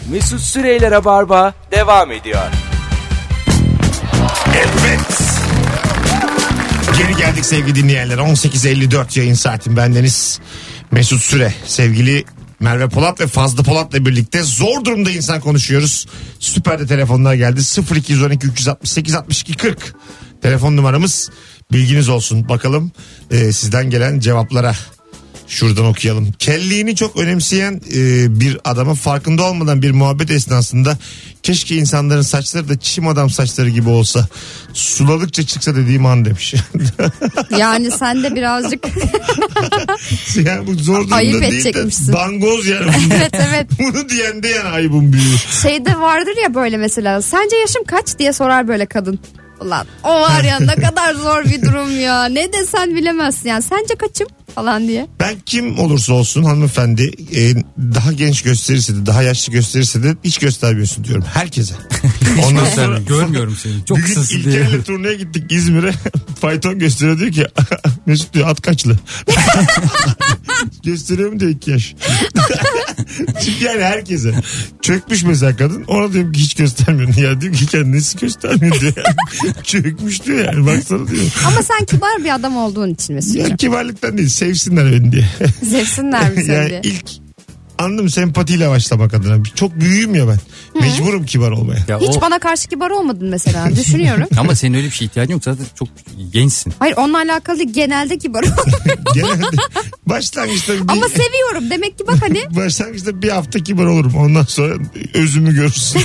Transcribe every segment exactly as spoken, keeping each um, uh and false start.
Mesut Süreyler'e Barba devam ediyor. Evet. Geri geldik sevgili dinleyenler. on sekiz elli dört yayın saatim, bendeniz Mesut Süre. Sevgili Merve Polat ve Fazlı Polat'la birlikte zor durumda insan konuşuyoruz. Süper'de telefonlar geldi. sıfır iki on iki üç altı sekiz altmış iki kırk telefon numaramız. Bilginiz olsun. Bakalım e, sizden gelen cevaplara. Şuradan okuyalım. Kelliğini çok önemseyen e, bir adamın farkında olmadan bir muhabbet esnasında keşke insanların saçları da çim adam saçları gibi olsa, suladıkça çıksa dediğim an demiş. Yani sen de birazcık yani bu zor durumda ayıp değil edecekmişsin. de dangoz yani. Evet evet. Bunu diyen de yani ayıbın büyüğü. Şeyde vardır ya böyle mesela, sence yaşım kaç diye sorar böyle kadın. Ulan o var ya, ne kadar zor bir durum ya. Ne desen bilemezsin yani. Sence kaçım falan diye. Ben kim olursa olsun hanımefendi e, daha genç gösterirse de daha yaşlı gösterirse de hiç göstermiyorsun diyorum herkese. Ondan sonra görmüyorum seni. Çok kısası diye. İlker'le turneye gittik İzmir'e. Fayton gösteriyor, diyor ki Mesut diyor at kaçlı. Gösteriyorum diyor iki yaş. Çünkü yani herkese. Çökmüş mesela kadın. Ona diyorum ki hiç göstermiyorsun. Ya diyor ki kendisi göstermiyor diyor. Yani. Çökmüş diyor yani, baksana diyor. Ama sen kibar bir adam olduğun için mesela. Ya kibarlıktan değil, sevsinler beni diye. Sevsinler mi seni yani diye. ilk anladım, sempatiyle başlamak adına. Çok büyüğüm ya ben. Hı. Mecburum kibar olmaya. Ya Hiç o... bana karşı kibar olmadın mesela. Düşünüyorum. Ama senin öyle bir şey ihtiyacın yok. Zaten çok gençsin. Hayır, onunla alakalı değil. Genelde kibar olmadın. Genelde. Başlangıçta bir... Ama seviyorum. Demek ki bak hani. Başlangıçta bir hafta kibar olurum. Ondan sonra özümü görürsün.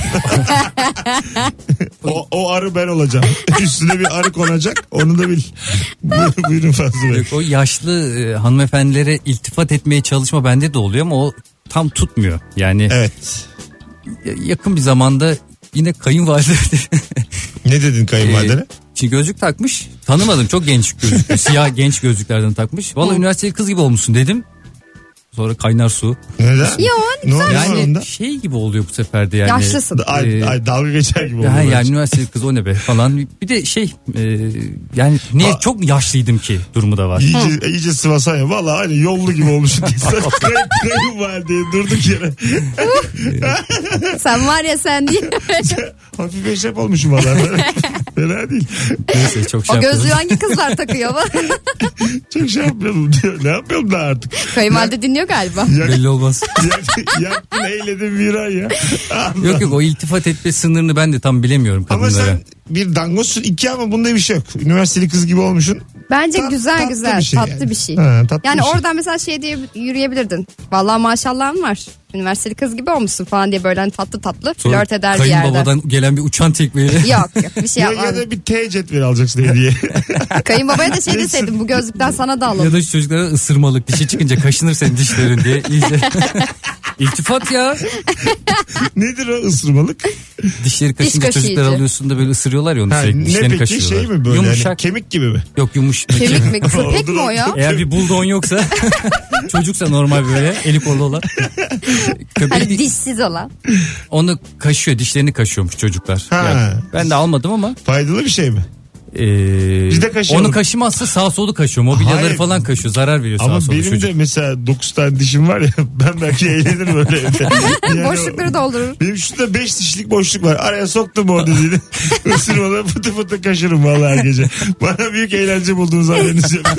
o, o arı ben olacağım. Üstüne bir arı konacak. Onu da bil. Buyurun Fazlı Bey. O yaşlı e, hanımefendilere iltifat etmeye çalışma bende de oluyor ama o tam tutmuyor. Yani evet. Yakın bir zamanda yine kayınvalide. Ne dedin kayınvalidene? Ee, şimdi gözlük takmış. Tanımadım, çok genç gözlük. Siyah genç gözlüklerden takmış. Vallahi üniversiteli kız gibi olmuşsun dedim. Sonra kaynar su. Neden? Yok, ne güzel. Yani şey gibi oluyor bu sefer de yani. Yaşlısın. Ay, Ee, ay, dalga geçer gibi oluyor. Yani, yani üniversiteli kız o ne be falan. Bir de şey e, yani niye çok mu yaşlıydım ki durumu da var. İyice, iyice sıvasan ya. Valla hani yollu gibi olmuşsun. Kayın var diye durduk yere. Sen var ya sen değil. Hafif eşref olmuşum valla. Fena değil. Neyse, çok şey o gözlüğü hangi kızlar takıyor? Çok şey yapıyorum diyor. Ne yapıyorum daha artık? Kayınvalide dinliyor galiba. Yak, belli olmaz. Yak, yaktın eyledin bir ay ya. Allah. Yok yok, o iltifat etme sınırını ben de tam bilemiyorum kadınlara. Ama sen bir dangozsun iki, ama bunda bir şey yok. Üniversiteli kız gibi olmuşsun. Bence Tat, güzel tatlı güzel bir şey tatlı yani. bir şey. Ha, tatlı yani bir şey. oradan mesela şey diye yürüyebilirdin. Vallahi maşallahın var. Üniversiteli kız gibi olmuşsun falan diye böyle hani tatlı tatlı sonra flört eder bir yerde. kayınbabadan gelen bir uçan tekmeyle. Yok yok bir şey ya, yapmadım. ya da bir T cetveli alacaksın hediye. Kayınbabaya da şey deseydim, bu gözlükten sana da alalım. Ya da şu çocuklara ısırmalık, dişi çıkınca kaşınır senin dişlerin diye. İyice. İltifat ya. Nedir o ısırmalık? Dişleri kaşınca Diş çocuklar kaşıyıcı. alıyorsun da böyle ısırıyorlar ya onu Ha, sürekli. ne Dişlerini peki kaşıyorlar. şey mi böyle? Yumuşak. Yani kemik gibi mi? Yok yumuş. Kemik mi? Köpek mi o ya? Eğer bir bulldog yoksa çocuksa normal böyle eli kolu olan. Köpek Hani dişsiz olan. onu kaşıyor, dişlerini kaşıyormuş çocuklar. Ha. Yani ben de almadım ama. Faydalı bir şey mi? Ee, Biz de kaşıyalım. onu kaşımazsa sağ solu kaşıyor. Mobilyaları Hayır. falan kaşıyor. Zarar veriyor Ama sağa sola benim çocuk. de mesela dokuz tane dişim var ya, ben belki eğlenirim öyle evde. Yani Boşlukları doldurur. Benim şurada beş dişlik boşluk var. Araya soktum o dediğini. Isırmadan fıtı fıtı kaşırım vallahi her gece. Bana büyük eğlence bulduğunuz haliniz yok.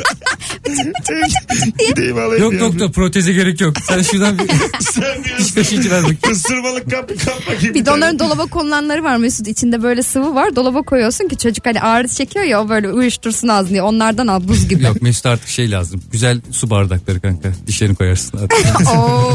Gideyim alayım. Yok ya. doktor, proteze gerek yok. Sen şuradan bir Sen bir diş kaşıyıcı ver bak. ısırmalık kap, kap bakayım. Bir de onların dolaba konulanları var Mesut. İçinde böyle sıvı var. Dolaba koyuyorsun ki çocuk hani ağrı çekiyor ya, o böyle uyuştursun ağzını diye. Onlardan al, buz gibi. Yok Mesut artık şey lazım. Güzel su bardakları kanka. Dişlerini koyarsın artık. Oo.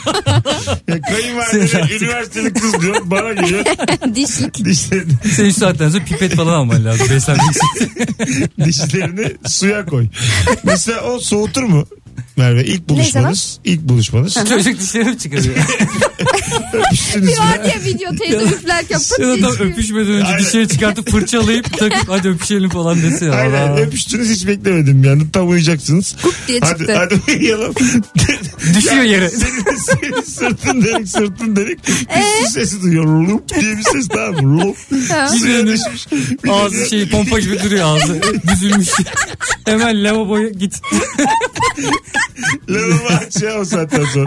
Ya kayınvalide üniversiteli kız diyor, bana geliyor. Dişlik. Dişlerini, Senin şu saatten sonra pipet falan alman lazım. Beslenmek için. dişlerini suya koy. Mesela o soğutur mu? Merve ilk buluşmanız, ilk buluşmanız. Çocuk dişlerini çıkarıyor. Öpüştünüz Bir var mü? ya video, teyze üflerken pıt Ya da diye tam çıkıyor. öpüşmeden önce Aynen. dişleri çıkartıp fırçalayıp takıp hadi öpüşelim falan dese ya. Aynen, Allah. öpüştünüz, hiç beklemedim yani, tam uyuyacaksınız. Kup diye Hadi, çıktı. hadi uyuyalım. Düşüyor yere. Senin, senin sırtın delik, sırtın delik. Bir su sesi duyuyor. Lup diye bir ses, tamam mı? Lup. Suya düşmüş. Bir Ağzı dönüyor. şey pompa gibi duruyor ağzı. Büzülmüş. Hemen lavaboya git. Lavabo aç ya o saatten sonra.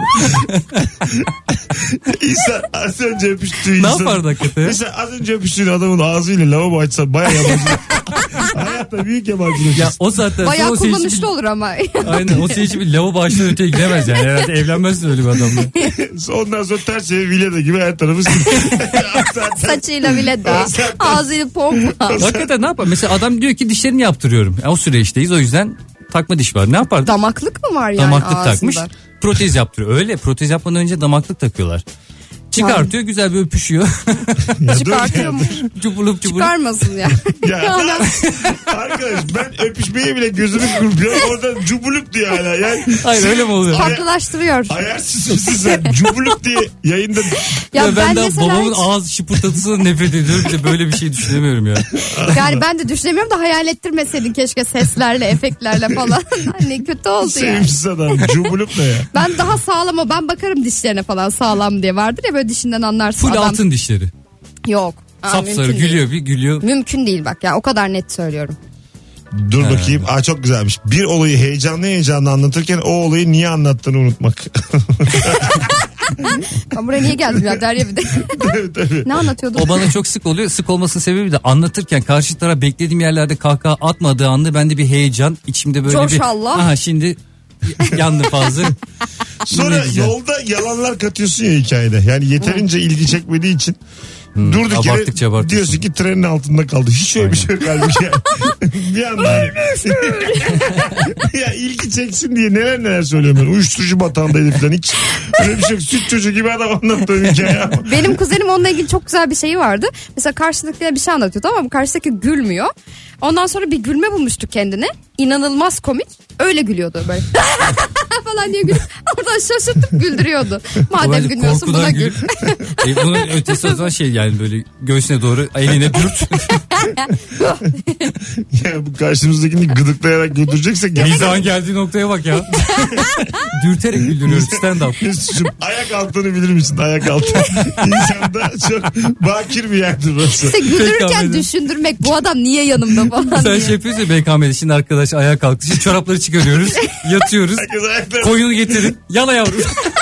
İnsan az önce öpüştüğü Ne insan. yapardı hakikaten? Mesela az önce öpüştüğün adamın ağzıyla lavabo açsa baya yabancı. Hayatta büyük yabancılık. Ya o saatten Bayağı sonra o senin için kullanışlı bir- olur ama. Aynen o senin için bir lavabo baştan öteye gidemez yani. Herhalde evlenmezsin öyle bir adamla. Ondan sonra ters çevir Vileda gibi her tarafı sil. Saçıyla bile daha. Ağzıyla pompa. Hakikaten ne yapar? Mesela adam diyor ki dişlerimi yaptırıyorum. Ya, o süreçteyiz o yüzden takma diş var. Ne yapar? Damaklık mı var yani Damaklık ağzında? takmış. Protez yaptırıyor. Öyle protez yapmadan önce damaklık takıyorlar. Çıkartıyor güzel bir öpüşüyor. Ya dur Çıkartıyor ya, mu? Cubulup cubulup. Çıkarmasın ya. Ya arkadaş ben öpüşmeye bile gözümü kırpıyorum. Oradan cubulup diyor hala. Yani Hayır öyle mi oluyor? Ay- Farklılaştırıyor. ayarsız mısın sen? Cubulup diye yayında. Ya, Ya ben, ben daha mesela babamın hiç- ağız şıpırtısından nefret ediyorum. Bir de böyle bir şey düşünemiyorum ya. Yani ben de düşünemiyorum da hayal ettirmeseydin keşke seslerle, efektlerle falan. Hani kötü oldu yani. Sevimsiz adam. Cubulup ne ya? Ben daha sağlama, ben bakarım dişlerine falan sağlam diye vardır ya böyle dişinden anlarsın Full adam. altın dişleri. Yok. Aa, Sapsarı mümkün gülüyor değil. bir gülüyor. Mümkün değil bak ya, o kadar net söylüyorum. Dur bakayım. Aa, çok güzelmiş. Bir olayı heyecanlı heyecanlı anlatırken o olayı niye anlattığını unutmak. Ben buraya niye geldim ya Derya bir de. tabii tabii. Ne anlatıyordun? O bana çok sık oluyor. Sık olmasının sebebi de anlatırken karşı taraf beklediğim yerlerde kahkaha atmadığı anda bende bir heyecan. İçimde böyle bir... Coşallah. Aha şimdi yandım fazla. Sonra Ne diyeceğim? yolda yalanlar katıyorsun ya hikayede. Yani yeterince ilgi çekmediği için durduk yere abarttıkça abartıyorsun. diyorsun ki trenin altında kaldı. Hiç öyle bir şey yok halbuki. Yani. Bir anda. Ya ilgi çeksin diye neler neler söylüyorum ben. Uyuşturucu batağındaydı falan. Hiç öyle bir şey yok. Süt çocuğu gibi adam anlattığım hikaye ama. Benim kuzenim onunla ilgili çok güzel bir şeyi vardı. Mesela karşıdakiler bir şey anlatıyordu ama bu karşıdaki gülmüyor. Ondan sonra bir gülme bulmuştu kendine. İnanılmaz komik. Öyle gülüyordu böyle. falan diye gülüp oradan şaşırtıp güldürüyordu. Madem Böyle gülmüyorsun korkudan buna gül. e bunun ötesi o zaman şey yani böyle göğsüne doğru eline dürt. Ya bu karşımızdakini gıdıklayarak güldüreceksek ya. Mizahın geldiği noktaya bak ya. Dürterek güldürüyoruz stand up. Mesut'cum ayak altını bilir misin? Ayak altı. İnsanda çok bakir bir yerdir burası. İşte güldürürken Peki, düşündürmek, bu adam niye yanımda falan Sen diye. şey yapıyorsun ya B K M'de şimdi arkadaş ayağa kalktı. Şimdi çorapları çıkarıyoruz. Yatıyoruz. Herkes ayaklarını Koyunu getirin. Yala yavrum.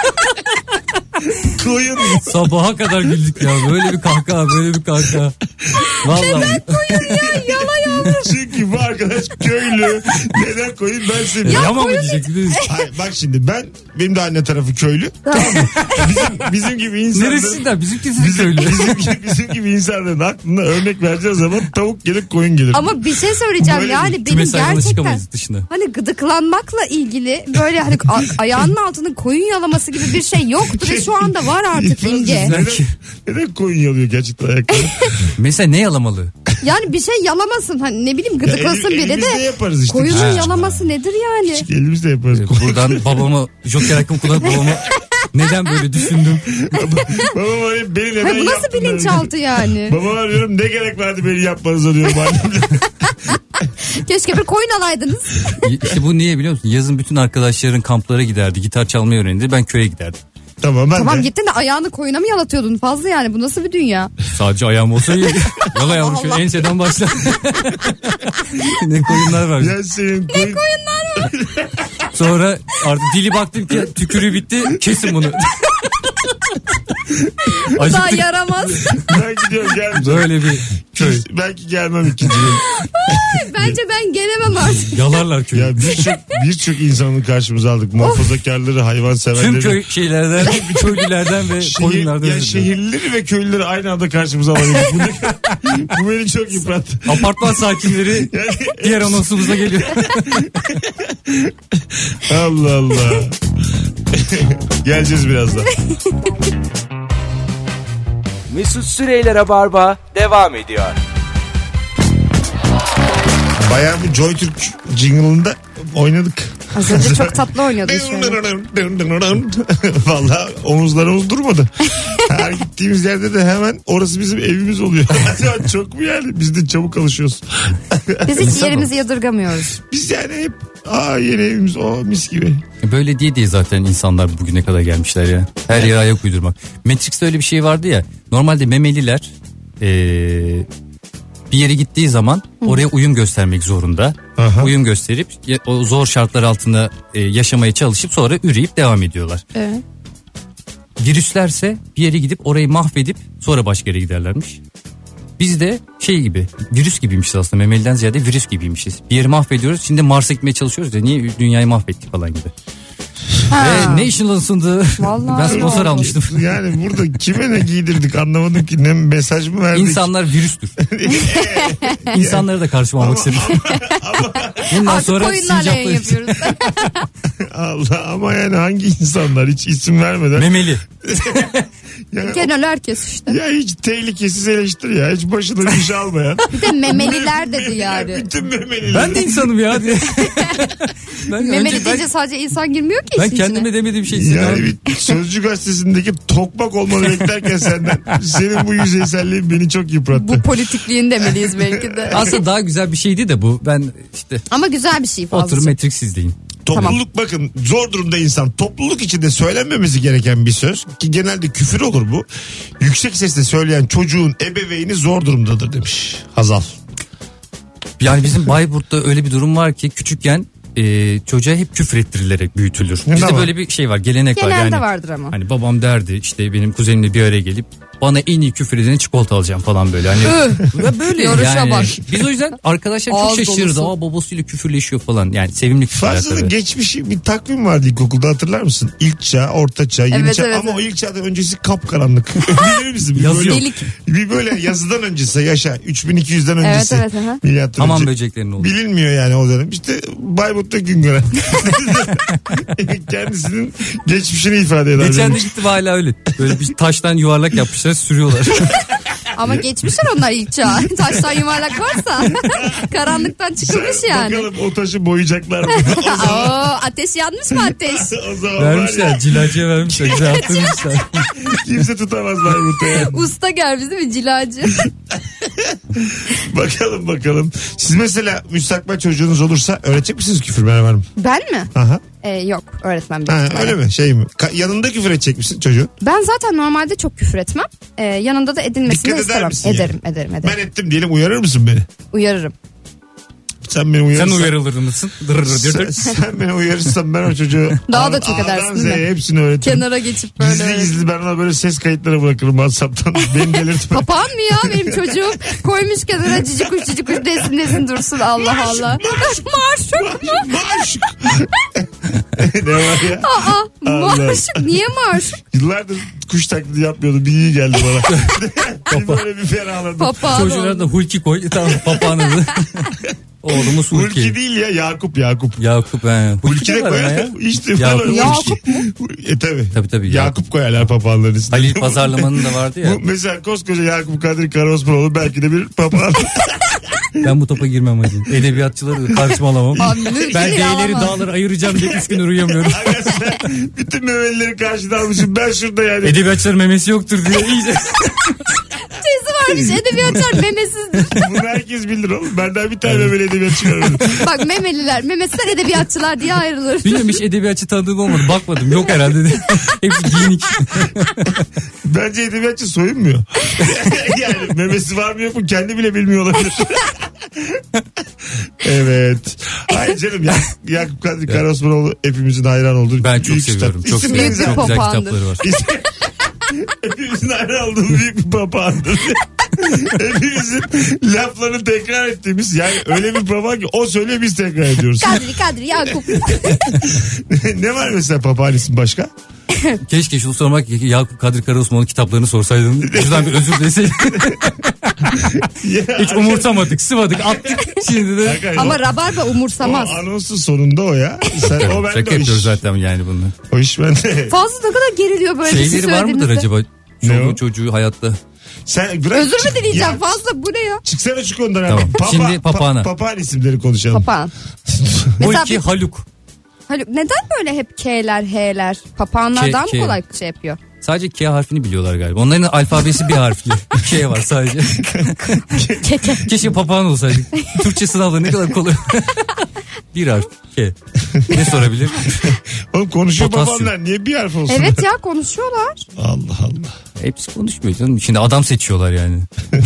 koyun. Sabaha kadar güldük ya. Böyle bir kahkaha böyle bir kahkaha. Vallahi. Çünkü bu arkadaş köylü. Neden koyun ben seni. Yama mı diyecek? Hayır, bak şimdi ben benim de anne tarafı köylü. Tamam mı? Bizim, bizim gibi insanların Neresinden? Bizimkisi bizim, köylü. bizim, gibi, bizim gibi insanların aklına örnek vereceği zaman tavuk gelir koyun gelir. Ama bir şey söyleyeceğim Böyle yani benim Kümes hayvanı gerçekten çıkamayız dışına. hani gıdıklanmakla ilgili böyle hani a- ayağının altının koyun yalaması gibi bir şey yoktu ve şu anda var artık İnge. Neden, neden koyun yalıyor gerçekten ayakları? Mesela ne yalamalı? Yani bir şey yalamasın hani ne bileyim gıdıklasın Ya, el- biri elimizde de yaparız işte. koyunun Ha. yalaması nedir yani? Elimizde yaparız. Buradan babamı Joker hakkımı kullanıp babamı neden böyle düşündüm? Babam arayıp beni neden Hayır, bu nasıl yaptın bilinçaltı yani? Babam arıyorum ne gerek vardı beni yapmanıza diyorum annemle. Keşke bir koyun alaydınız. İşte bu niye biliyor musun? Yazın bütün arkadaşların kamplara giderdi. Gitar çalmayı öğrendi. Ben köye giderdim. Tamam ben Tamam de. gittin de ayağını koyuna mı yalatıyordun fazla yani bu nasıl bir dünya? Sadece ayağım olsa iyi. Yala yavrum şöyle Allah. enseden başla. Ne koyunlar var. Ya senin koyun... Sonra artık dili baktım ki tükürüğü bitti. Kesin bunu. Daha Acıktık. yaramaz. Ben gidiyorum gelmeyeceğim. Böyle bir köy. Belki gelmem ikinci yıl. Bence ben gelemem artık. Yalarlar köyü. Ya birçok birçok insanı karşımıza aldık. Muhafazakarları, hayvanseverleri. Tüm köy şeylerden, köylülerden ve Şehir, koyunlardan. ya özür dilerim. şehirlileri ve köylüleri aynı anda karşımıza alabildik. Bu, ne- bu beni çok yıprattı. Apartman sakinleri Yani, diğer anonsumuza geliyor. Allah Allah. Geleceğiz birazdan. Mesut Süreyler'e barba devam ediyor. Bayağı bir JoyTürk jingle'ında oynadık. Az önce çok tatlı oynuyordun şöyle. Valla omuzlarımız durmadı. Her gittiğimiz yerde de hemen orası bizim evimiz oluyor. Çok mu yani? Biz de çabuk alışıyoruz. Biz hiç yerimizi yadırgamıyoruz. Biz yani hep aa yeni evimiz o mis gibi. Böyle diye diye zaten insanlar bugüne kadar gelmişler ya. Her yere ayak uydurmak. Matrix'te öyle bir şey vardı ya. Normalde memeliler ee, bir yere gittiği zaman oraya uyum göstermek zorunda. Aha. Uyum gösterip o zor şartlar altında e, yaşamaya çalışıp sonra üreyip devam ediyorlar. Evet. Virüslerse bir yere gidip orayı mahvedip sonra başka yere giderlermiş. Biz de şey gibi, virüs gibiymişiz aslında, memeliden ziyade virüs gibiymişiz. Bir yeri mahvediyoruz, şimdi Mars'a gitmeye çalışıyoruz ya, niye dünyayı mahvettik falan gibi. Ha. Ve National'sındı. Ben sponsor almıştım. Yani burada kime ne giydirdik anlamadım ki, ne mesaj mı verdik? İnsanlar virüstür. İnsanları da karşıma almak istedim. Bundan Artık sonra koyunlarla yayın sincaplar yapıyoruz. Allah, ama yani hangi insanlar, hiç isim vermeden. memeli. Yani, Genel herkes işte. ya hiç tehlikesiz eleştir ya, hiç başına bir şey almayan. Bir de memeliler dedi yani. Bütün memeliler. Ben de insanım ya diye. Ben, Memeli önce deyince ben, sadece insan girmiyor ki ben işin kendime içine. demediğim şey Yani hissediyorum. bir Sözcü gazetesindeki tokmak olmanı beklerken senden, senin bu yüzeyselliğin beni çok yıprattı. Bu politikliğin demeliyiz belki de. Aslında daha güzel bir şeydi de bu. Ben işte Ama güzel bir şey oturum fazla. Matrix izleyin. Topluluk, bakın zor durumda insan, topluluk içinde söylenmemesi gereken bir söz ki genelde küfür olur bu. Yüksek sesle söyleyen çocuğun ebeveyni zor durumdadır demiş Hazal. Yani bizim Bayburt'ta öyle bir durum var ki küçükken e, çocuğa hep küfür ettirilerek büyütülür. Ne Bizde var? böyle bir şey var, gelenek var. Genelde Yani vardır ama. hani babam derdi işte benim kuzenimle bir araya gelip bana en iyi küfür edeni çikolata alacağım falan böyle. Hani ya böyle Yoruşa yani. bak. Biz o yüzden arkadaşlar çok Ağız şaşırdı. dolusu. Aa, babasıyla küfürleşiyor falan. Yani sevimli küfürler Fazla da tabii. geçmiş bir takvim vardı ilkokulda, hatırlar mısın? İlk çağ, orta çağ, yeni Evet, çağ, evet, ama evet. o ilk çağdan öncesi kapkaranlık. Bilir misin? Bir Yazı böyle, yok. Delik. bir böyle yazıdan öncesi yaşa, üç bin iki yüzden Evet, öncesi. evet, aha. Milattan Hamam önce. böceklerinin oldu. Bilinmiyor yani o dönem. İşte Bayburt'ta Güngören. Kendisinin geçmişini ifade eder. Geçen de gittim hala öyle. Böyle bir taştan yuvarlak yapmışlar, sürüyorlar. Ama geçmişler onlar ilk çağ. Taştan yuvarlak varsa karanlıktan çıkılmış Sen yani. Bakalım o taşı boyayacaklar mı? O Oo, zaman, ateş yanmış mı ateş? o zaman var Vermişler, ya, cilacıya vermişler. Güzel yaptırmışlar. kimse tutamaz Bayburt'ta yani. Usta gelmiş değil mi cilacı? Bakalım bakalım. Siz mesela müstakbel çocuğunuz olursa öğretecek misiniz küfür, Merve Hanım? Ben mi? Aha. Ee, yok öğretmem. Ha, büyük ihtimalle. öyle mi? Şey mi? Ka- yanında küfür edecek misin çocuğun? Ben zaten normalde çok küfür etmem. Ee, yanında da edilmesini Dikkat eder istemem. misin yani? Ederim, ederim, ederim. Ben ettim diyelim, uyarır mısın beni? Uyarırım. Sen beni uyarırsan. Sen uyarılır mısın? Dırırır Sen, dırır. sen beni uyarırsan ben o çocuğu Daha da A'dan- çok edersin, A'dan değil mi? Z'ye hepsini öğretirim. Kenara geçip böyle. Gizli gizli ben ona böyle ses kayıtları bırakırım WhatsApp'tan. Beni delirtme. Papağan mı ya benim çocuğum? Koymuş kenara cici kuş cici kuş desin desin dursun Allah Allah. Maşuk mu? Maşuk. Ne var ya? Aa Allah. maşuk niye maşuk? Yıllardır kuş taklidi yapmıyordu. Bir iyi geldi bana. Bir böyle bir ferahladım. Papağan Çocuğuna oldu. da Hulki koy. Tamam, papağan adı. Oğlumuz Hulki Hulki. değil ya, Yakup Yakup. Yakup he. Hulki Hulki de de var ama ya. koyar. İşte Yakup. böyle Yakup Hulki. E tabi. Tabii, tabii, Yakup, Yakup. koyarlar papağanların üstüne. Halil Pazarlamanın da vardı ya. Bu mesela koskoca Yakup Kadri Karaosmanoğlu belki de bir papağan. Ben bu topa girmem hacı. Edebiyatçıları da karşıma alamam. Abi, mümkün Ben değil, D'leri alamam. dağları ayıracağım diye üç gündür uyuyamıyorum. Aga sen bütün memelileri karşıdan almışım. Ben şurada yani. Edebiyatçıların memesi yoktur diye iyice. Teyze varmış edebiyatçılar memesizdir. Bunu herkes bilir oğlum. Benden bir tane memeli edebiyat çıkarırım. Bak memeliler memesizler edebiyatçılar diye ayrılır. Bilmiyorum, hiç edebiyatçı tanıdığım olmadı. Bakmadım, yok herhalde de. Hepsi giyinik. Bence edebiyatçı soyunmuyor. Yani memesi var mı yok mu kendi bile bilmiyor olabilir. Evet. Ay canım ya, Yakup Kadri Karaosmanoğlu hepimizin hayran olduğu. Ben çok büyük seviyorum. üstad. Çok İsim seviyorum. benzer. Büyük Çok güzel papağandır. kitapları var. Hepimizin hayran olduğu büyük bir papağandır. Hepimizin laflarını tekrar ettiğimiz, yani öyle bir papağan ki o söylüyor biz tekrar ediyoruz. Kadri Kadri Yakup. Ne var mesela papağan ismi başka? Keşke şunu sormak ki Yakup Kadri Karaosman'ın kitaplarını sorsaydın. Şuradan bir özür dileseydin. Ya, Hiç umursamadık, sıvadık, attık. Şimdi de. Hakikaten Ama o- Rabarba umursamaz. O anonsun sonunda o ya. Sen, o bende Şaka o iş. yapıyoruz zaten yani bunu. O iş bende. Fazla ne kadar geriliyor böyle bir şey Şeyleri var mıdır söylediğinizde. acaba? Ne o? Çoluğu çocuğu hayatta. Sen bırak. Özür mü dileyeceğim Ya, fazla bu ne ya? çıksana şu konudan. Tamam. Papa, Şimdi papağana. Pa, papağan isimleri konuşalım. Papağan. Mesela Hulki bir- Haluk. Haluk neden böyle hep K'ler H'ler? Papağanlar K- daha mı K. kolay şey yapıyor? Sadece K harfini biliyorlar galiba. Onların alfabesi bir harfli. K var sadece. Keke. Keşke papağan olsaydık. Türkçe sınavları ne kadar kolay. Bir harf. K. Ne sorabilir? Oğlum konuşuyor Potasyum. babanlar. Niye bir harf olsun? Evet ya konuşuyorlar. Allah Allah. Hepsi konuşmuyor canım. Şimdi adam seçiyorlar yani.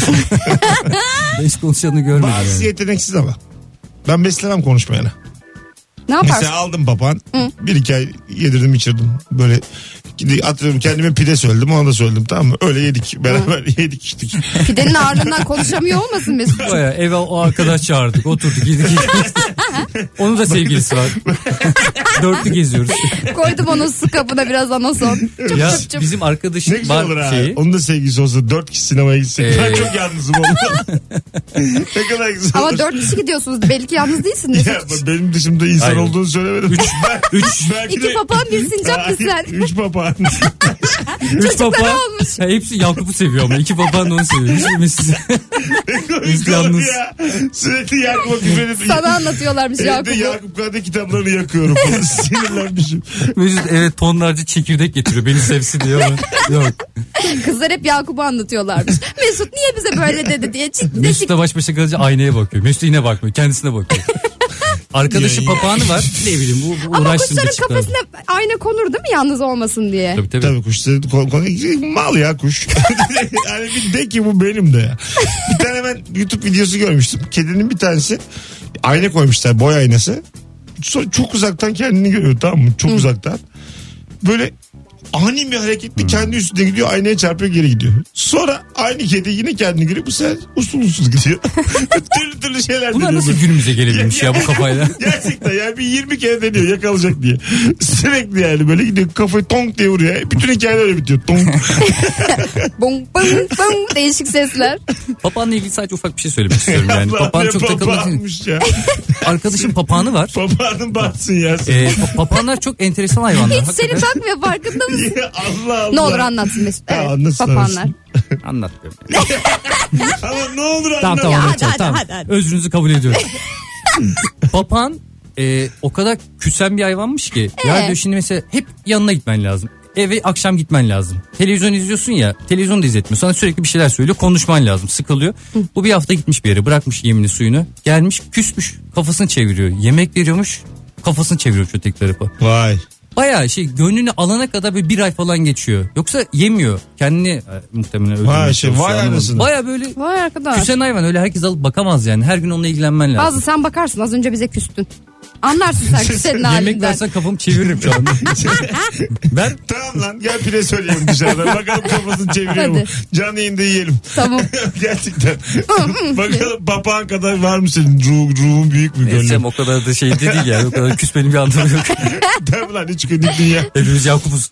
Ben hiç konuşanı görmedim Bazısı yani. yeteneksiz ama. Ben beslemem konuşmayana. Ne yaparsın? Mesela aldım papağan. Bir iki ay yedirdim içirdim. Böyle atıyorum kendime pide söyledim, ona da söyledim, tamam mı? Öyle yedik. Beraber yedik içtik. Pidenin ağrından konuşamıyor olmasın Mesut? Baya eve o arkadaş çağırdık, oturduk, yedik. Onun da sevgilisi var. Dörtlü geziyoruz. Koydum onun su kabına biraz anason. Çıp Ya çıp çıp. bizim arkadaşın Ne güzel var olur ha. şeyi. Onun da sevgilisi olsa dört kişi sinemaya gitsek. Ee... Ben çok yalnızım oğlum. Ne kadar güzel Ama olur. dört kişi gidiyorsunuz. Belki yalnız değilsiniz. Ya benim dışımda insan Aynen. olduğunu söylemedim. Üç. Ben, Üç. belki İki de- papağan bir sincap mısın? Üç papağan. Üç Çocukları papağan. olmuş. Ha, hepsi Yakup'u seviyor ama iki papağan da onu seviyor. Hiç bilmesiz. Komik yalnız. olur ya. Sürekli Yakup'a küfür edip. Sana anlatıyorlarmış Evde Yakup'u. Yakup Kadri kitaplarını yakıyorum. Sinirlenmişim. Mesut evet tonlarca çekirdek getiriyor beni sevsin diye ama yok. Kızlar hep Yakup'u anlatıyorlarmış. Mesut niye bize böyle dedi diye. Ciddi Mesut'la baş başa kalınca aynaya bakıyor. Mesut yine bakmıyor, kendisine bakıyor. Arkadaşı Ya, ya. papağanı var. Ne bileyim bu, bu Ama uğraştığında kuşların çıkar. kafesine ayna konur değil mi yalnız olmasın diye? Tabii tabii. Tabii kuşları konu, konu, mal ya kuş. Yani bir de ki bu benim de ya. Bir tane ben YouTube videosu görmüştüm. Kedinin bir tanesi ayna koymuşlar, boy aynası. Sonra çok uzaktan kendini görüyor, tamam mı? Çok uzaktan. Böyle ani bir hareketle kendi üstüne gidiyor, aynaya çarpıyor, geri gidiyor. Sonra aynı kedi yine kendini görüyor, bu sefer usul usul gidiyor. Türlü türlü şeyler Bunlar deniyor nasıl böyle. günümüze gelebilmiş ya bu kafayla? Gerçekten yani bir yirmi kere deniyor yakalayacak diye. Sürekli yani böyle gidiyor, kafayı tonk diye vuruyor. Bütün hikaye öyle bitiyor. Tonk. Bum bum bum değişik sesler. Papağanla ilgili sadece ufak bir şey söylemek istiyorum yani. Allah Papağan ne çok takılmak. papağanmış ya. Arkadaşım papağanı var. Papağanın batsın ya. sen. Ee, pa- papağanlar çok enteresan hayvanlar. Hiç seni takmıyor farkında mısın? Ya Allah Allah. Ne olur anlatsın Mesut. Ya Evet, anlatsın, papağanlar. anlatsın. Anlatmıyorum. Ama ne olur anlat. Tamam tamam Ya, anlatacağım. hadi, Tamam. hadi, hadi. Özrünüzü kabul ediyorum. Papağan e, o kadar küsen bir hayvanmış ki. Ya Ee? diyor şimdi mesela hep yanına gitmen lazım. Eve akşam gitmen lazım. Televizyon izliyorsun ya, televizyon da izletmiyor. Sana sürekli bir şeyler söylüyor, konuşman lazım, sıkılıyor. Bu bir hafta gitmiş bir yere, bırakmış yemini suyunu. Gelmiş küsmüş, kafasını çeviriyor. Yemek veriyormuş, kafasını çeviriyor öteki tarafa. Vay. Bayağı şey, gönlünü alana kadar bir bir ay falan geçiyor. Yoksa yemiyor. Kendini e, muhtemelen öldürmeye Vay şey, çalışıyor, vay anlamadım. anasını. Bayağı böyle Vay arkadaş. küsen hayvan, öyle herkes alıp bakamaz yani. Her gün onunla ilgilenmen lazım. Bazı sen bakarsın, az önce bize küstün. Anlarsın sen küsenin Yemek halinden. versen kafamı çeviririm şu anda. ben Tamam lan, gel pide söyleyelim dışarıdan. Bakalım kafasını çeviriyor mu? Hadi. Canlı yayında yiyelim. Tamam. Gerçekten. Bakalım papağan kadar var mı senin? Ruh, ruhun büyük mü? Etsem Gönlün? o kadar da şey değil yani. O kadar küsmenin bir anlamı yok. Tabii lan, hiç günlük dünya. Hepimiz Yakup'uz.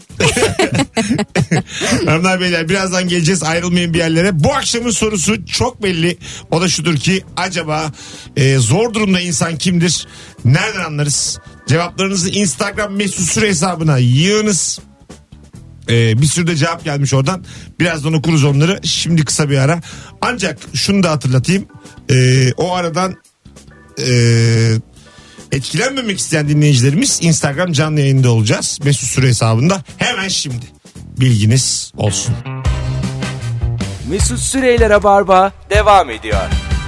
Hanımlar beyler, birazdan geleceğiz, ayrılmayın bir yerlere. Bu akşamın sorusu çok belli. O da şudur ki, acaba e, zor durumda insan kimdir? Nereden anlarız? Cevaplarınızı Instagram mesut süre hesabına yığınız. E, bir sürü de cevap gelmiş oradan. Birazdan okuruz onları. Şimdi kısa bir ara. Ancak şunu da hatırlatayım. E, o aradan e, etkilenmemek isteyen dinleyicilerimiz Instagram canlı yayında olacağız. Mesut Süre hesabında. Hemen şimdi. Bilginiz olsun. Mesut Süreyler'e barba devam ediyor.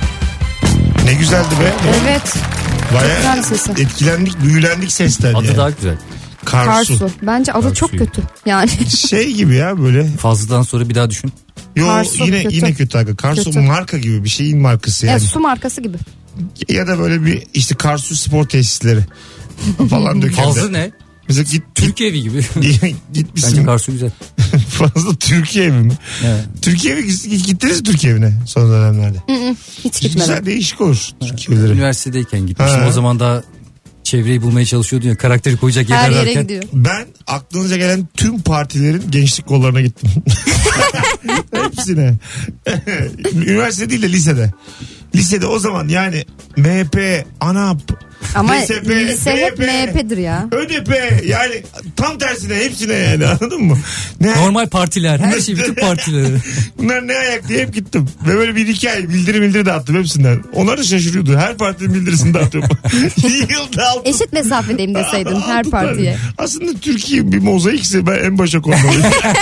Ne güzeldi be. Evet. Bayağı güzel sesi. etkilendik, büyülendik sesten. Adı yani. daha güzel. Karsu. Karsu. Bence adı Karsu. çok kötü. Yani. Şey gibi ya böyle. Fazladan sonra bir daha düşün. Yo, Karsu yine kötü. yine kötü aga. Karsu Kötü. marka gibi bir şeyin markası yani. Ya, su markası gibi. Ya da böyle bir işte Karsu spor tesisleri falan dökemde. Fazla ne? Mesela git, Türkiye evi gibi. git gitmişsin. Bence Karsu güzel. Fazla Türkiye evi mi? Evet. Türkiye evi gittiniz mi Türkiye evine son dönemlerde? Hiç gitmedim. Güzel, değişik olur Türkiye evleri. Üniversitedeyken gitmiştim. Ha. O zaman daha çevreyi bulmaya çalışıyordun ya. Karakteri koyacak Her yerler yere derken. gidiyor. Ben aklınıza gelen tüm partilerin gençlik kollarına gittim. Hepsine. Üniversite değil de lisede. Lisede o zaman yani M H P, ANAP, Ama D S P, lise hep M H P'dir ya. ÖDP, yani tam tersine hepsine yani, anladın mı? Ne, Normal partiler, her şey, bütün partiler. bunlar ne ayak diye hep gittim. Ve böyle bir iki ay bildiri bildiri dağıttım hepsinden. Onlar da şaşırıyordu. Her partinin bildirisini dağıtıyorum. Yılda altı. Eşit mesafedeyim deseydin her altı tane. partiye. Aslında Türkiye bir mozaikse ben en başa koymalıyım.